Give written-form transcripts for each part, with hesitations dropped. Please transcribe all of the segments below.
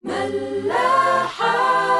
ملاحة.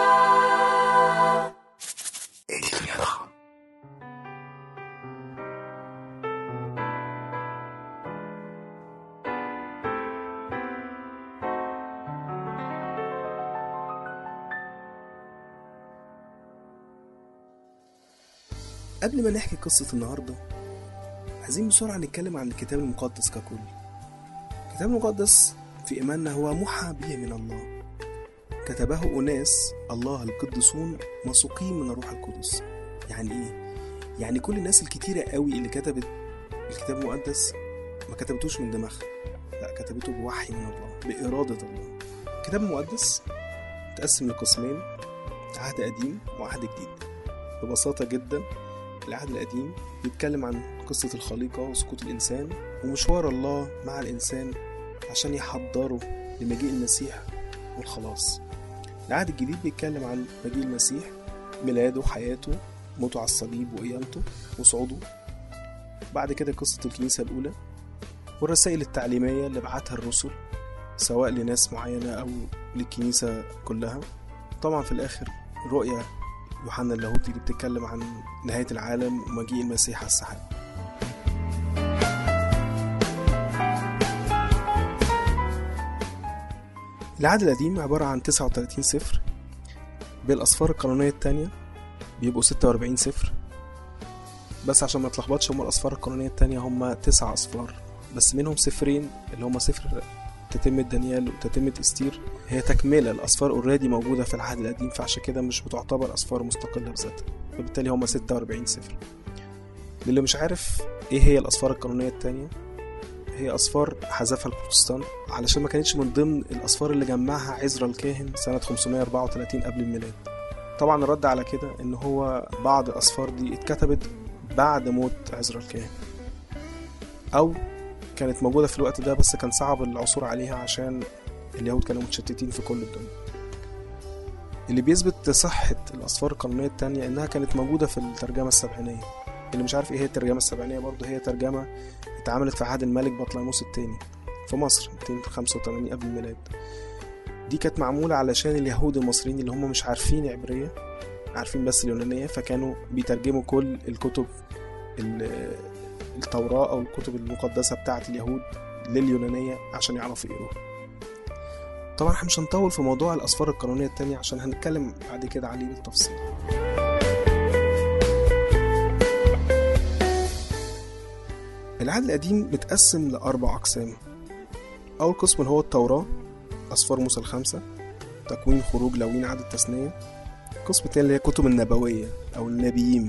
قبل ما نحكي قصة النهاردة، عايزين بسرعة نتكلم عن الكتاب المقدس ككل. الكتاب المقدس في إيماننا هو موحى به من الله، كتبه أناس الله القديسون مسوقين من الروح القدس. يعني إيه؟ يعني كل الناس الكتيرة قوي اللي كتبت الكتاب المقدس ما كتبتوش من دماغها، لا، كتبته بوحي من الله، بإرادة الله. الكتاب المقدس متقسم لقسمين: عهد قديم وعهد جديد. ببساطة جدا، العهد القديم بيتكلم عن قصة الخليقة وسقوط الإنسان ومشوار الله مع الإنسان عشان يحضره لمجيء المسيح والخلاص. العهد الجديد بيتكلم عن مجيء المسيح، ميلاده، حياته، موته على الصليب وقيامته وصعوده. بعد كده قصة الكنيسة الأولى والرسائل التعليمية اللي بعتها الرسل سواء لناس معينة أو للكنيسة كلها. طبعا في الآخر رؤية يوحنا اللاهوتي اللي بتتكلم عن نهاية العالم ومجيء المسيح على السحاب. العهد القديم عبارة عن 39 سفر، بالأسفار القانونية التانية بيبقوا 46 سفر، بس عشان ما تلخبطش هما الأسفار القانونية التانية هما 9 أسفار، بس منهم سفرين اللي هما سفر تتمة دانيال وتتمة استير هي تكملة الأسفار اوريدي موجودة في العهد القديم، فعشان كده مش بتعتبر أسفار مستقلة بذاتها، فبالتالي هما 46 سفر. للي مش عارف ايه هي الأسفار القانونية التانية، هي أسفار حذفها البروتستان علشان ما كانتش من ضمن الأسفار اللي جمعها عزرا الكاهن سنة 534 قبل الميلاد. طبعا الرد على كده ان هو بعض الأسفار دي اتكتبت بعد موت عزرا الكاهن، أو كانت موجودة في الوقت ده بس كان صعب العثور عليها عشان اليهود كانوا متشتتين في كل الدنيا. اللي بيثبت صحة الأسفار القانونية التانية إنها كانت موجودة في الترجمة السبعينية. اللي مش عارف إيه هي الترجمة السبعينية، برضه هي ترجمة اتعملت في عهد الملك بطليموس الثاني في مصر 285 قبل الميلاد. دي كانت معمولة علشان اليهود المصريين اللي هم مش عارفين عبرية، عارفين بس اليونانية، فكانوا بيترجموا كل الكتب التوراة أو الكتب المقدسة بتاعة اليهود لليونانية عشان يعرفوا يقروها. طبعا احنا مش هنطول في موضوع الأسفار القانونية التانية عشان هنتكلم بعد كده عليه بالتفصيل. العهد القديم متقسم لأربع أقسام. أول قسم اللي هو التوراة، أسفار موسى ال5، تكوين، خروج، لاويين، عدد، تثنية. القسم التاني اللي هي كتب النبوية أو النبيين،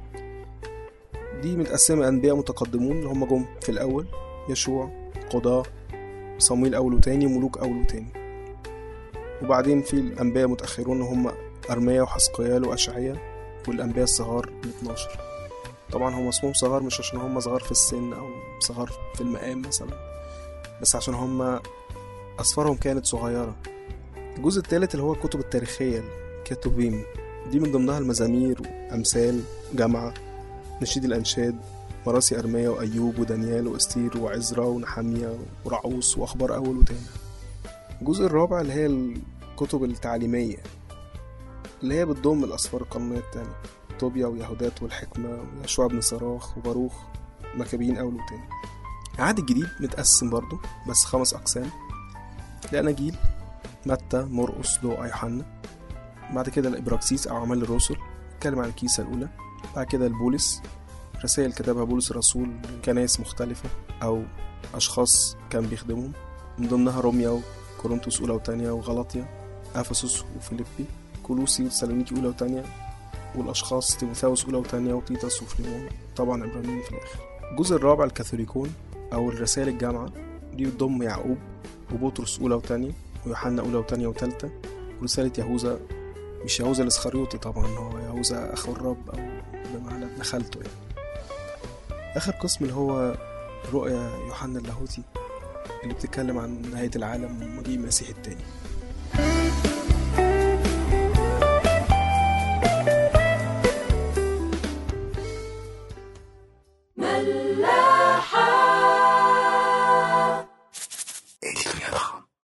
دي متقسمة أنبياء متقدمون اللي هم جم في الأول: يشوع، قضاة، صمويل أول وتاني، ملوك أول وتاني. وبعدين في الأنبياء متأخرون هم أرميا وحزقيال وأشعيا، والأنبياء الصغار 12. طبعا هم اسمهم صغار مش عشان هم صغار في السن أو صغار في المقام مثلا، بس عشان هم أسفارهم كانت صغيرة. الجزء الثالث اللي هو الكتب التاريخية، الكتوبيم، دي من ضمنها المزامير وأمثال، جامعة، نشيد الأنشاد، مراسي أرميا وأيوب ودانيال وأستير وعزرا ونحمية ورعوس وأخبار أول وتاني. الجزء الرابع اللي هي الكتب التعليمية اللي هي بتضم الأسفار القانونية التانية: طوبيا ويهودات والحكمة ويشوع بن صراخ وباروخ، مكابين أول وتاني. العهد الجديد متقسم برضو بس 5 أقسام: الأناجيل، متى، مرقس، لوقا، يوحنا. بعد كده الإبراكسيس أو أعمال الرسل، اتكلم عن الكنيسة الأولى. بعد كده البولس، رسائل كتبها بولس الرسول لكنائس مختلفة أو أشخاص كان بيخدمهم، من ضمنها روميا وكورنثوس أولى وتانية وغلاطيا، أفسس وفيليبي، كولوسي وتسالونيكي أولى وتانية، والأشخاص تيموثاوس أولى وتانية وتيتس وفليمون، طبعا عبرانيين في الآخر. الجزء الرابع الكاثوليكون أو الرسائل الجامعة، دي بتضم يعقوب وبطرس أولى وتانية ويوحنا أولى وتانية وتالتة، ورسالة يهوذا، مش يهوذا الإسخريوطي طبعا، هو يهوذا أخو الرب أو بمعنى ابن خالته يعني. آخر قسم اللي هو رؤيا يوحنا اللاهوتي اللي بتتكلم عن نهاية العالم ومجيء المسيح التاني.